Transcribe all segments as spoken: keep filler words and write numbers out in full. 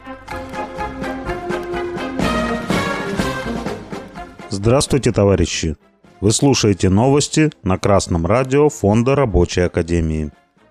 Здравствуйте, товарищи! Вы слушаете новости на Красном радио Фонда Рабочей Академии.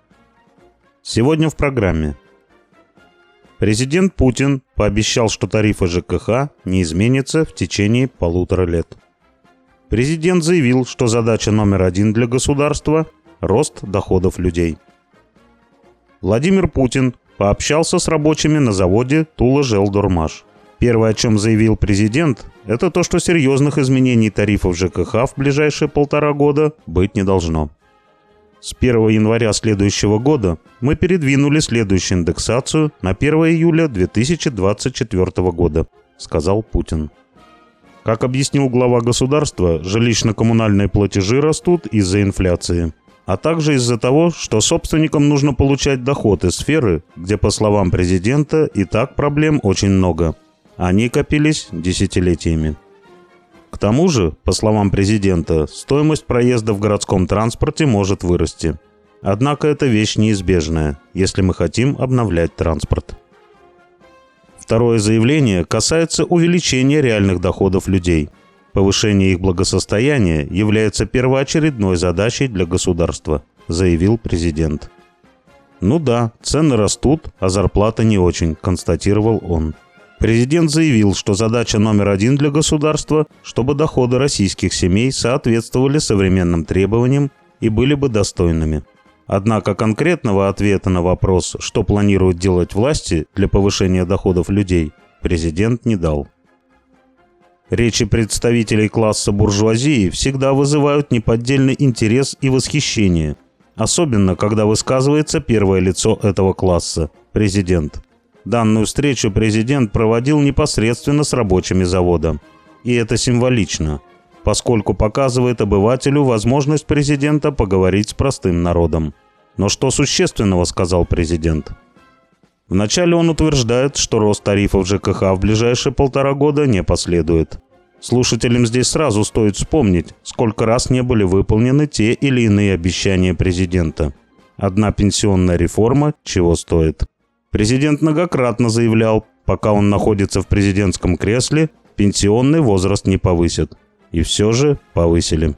Сегодня в программе. Президент Путин пообещал, что тарифы ЖКХ не изменятся в течение полутора лет. Президент заявил, что задача номер один для государства – рост доходов людей. Владимир Путин пообщался с рабочими на заводе Тула-Желдормаш. Первое, о чем заявил президент, это то, что серьезных изменений тарифов ЖКХ в ближайшие полтора года быть не должно. С первого января следующего года мы передвинули следующую индексацию на первое июля две тысячи двадцать четвёртого года, сказал Путин. Как объяснил глава государства, жилищно-коммунальные платежи растут из-за инфляции, а также из-за того, что собственникам нужно получать доход из сферы, где, по словам президента, и так проблем очень много. Они копились десятилетиями. К тому же, по словам президента, стоимость проезда в городском транспорте может вырасти. Однако это вещь неизбежная, если мы хотим обновлять транспорт. Второе заявление касается увеличения реальных доходов людей. Повышение их благосостояния является первоочередной задачей для государства, заявил президент. Ну да, цены растут, а зарплата не очень, констатировал он. Президент заявил, что задача номер один для государства, чтобы доходы российских семей соответствовали современным требованиям и были бы достойными. Однако конкретного ответа на вопрос, что планируют делать власти для повышения доходов людей, президент не дал. Речи представителей класса буржуазии всегда вызывают неподдельный интерес и восхищение, особенно когда высказывается первое лицо этого класса – президент. Данную встречу президент проводил непосредственно с рабочими завода. И это символично, поскольку показывает обывателю возможность президента поговорить с простым народом. Но что существенного, сказал президент? Вначале он утверждает, что рост тарифов ЖКХ в ближайшие полтора года не последует. Слушателям здесь сразу стоит вспомнить, сколько раз не были выполнены те или иные обещания президента. Одна пенсионная реформа чего стоит? Президент многократно заявлял, пока он находится в президентском кресле, пенсионный возраст не повысят. И все же повысили.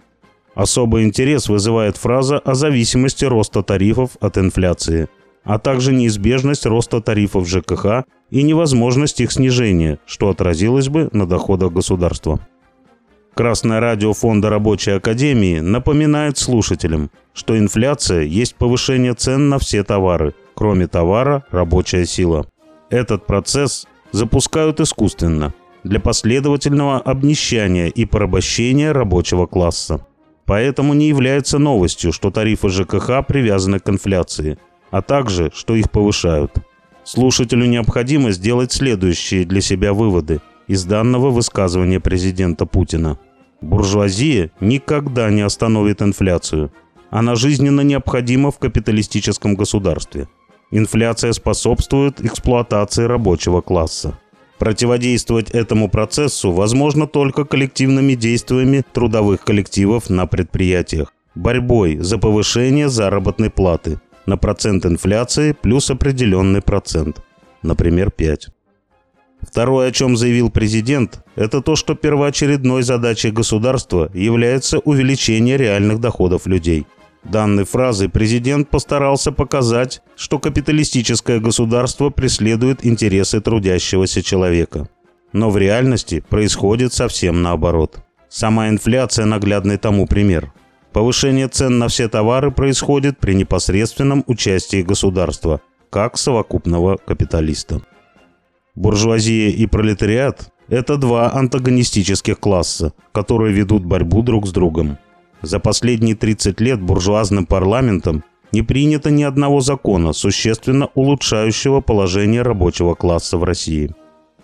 Особый интерес вызывает фраза о зависимости роста тарифов от инфляции, а также неизбежность роста тарифов ЖКХ и невозможность их снижения, что отразилось бы на доходах государства. Красное радио Фонда Рабочей Академии напоминает слушателям, что инфляция есть повышение цен на все товары, кроме товара рабочая сила. Этот процесс запускают искусственно, для последовательного обнищания и порабощения рабочего класса. Поэтому не является новостью, что тарифы ЖКХ привязаны к инфляции, а также, что их повышают. Слушателю необходимо сделать следующие для себя выводы из данного высказывания президента Путина. Буржуазия никогда не остановит инфляцию. Она жизненно необходима в капиталистическом государстве. Инфляция способствует эксплуатации рабочего класса. Противодействовать этому процессу возможно только коллективными действиями трудовых коллективов на предприятиях, борьбой за повышение заработной платы на процент инфляции плюс определенный процент, например, пять. Второе, о чем заявил президент, это то, что первоочередной задачей государства является увеличение реальных доходов людей. Данной фразой президент постарался показать, что капиталистическое государство преследует интересы трудящегося человека. Но в реальности происходит совсем наоборот. Сама инфляция – наглядный тому пример. Повышение цен на все товары происходит при непосредственном участии государства, как совокупного капиталиста. Буржуазия и пролетариат – это два антагонистических класса, которые ведут борьбу друг с другом. За последние тридцать лет буржуазным парламентом не принято ни одного закона, существенно улучшающего положение рабочего класса в России.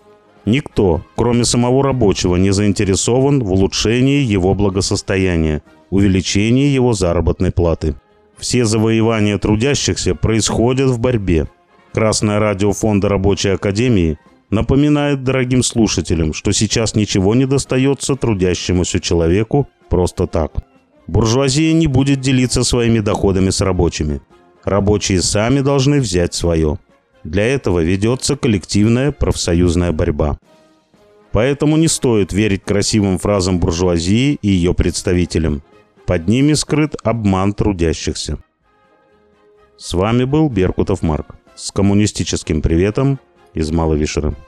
Никто, кроме самого рабочего, не заинтересован в улучшении его благосостояния, увеличении его заработной платы. Все завоевания трудящихся происходят в борьбе. Красное радио Фонда Рабочей Академии напоминает дорогим слушателям, что сейчас ничего не достается трудящемуся человеку просто так. Буржуазия не будет делиться своими доходами с рабочими. Рабочие сами должны взять свое. Для этого ведется коллективная профсоюзная борьба. Поэтому не стоит верить красивым фразам буржуазии и ее представителям. Под ними скрыт обман трудящихся. С вами был Беркутов Марк с коммунистическим приветом из Малой Вишеры.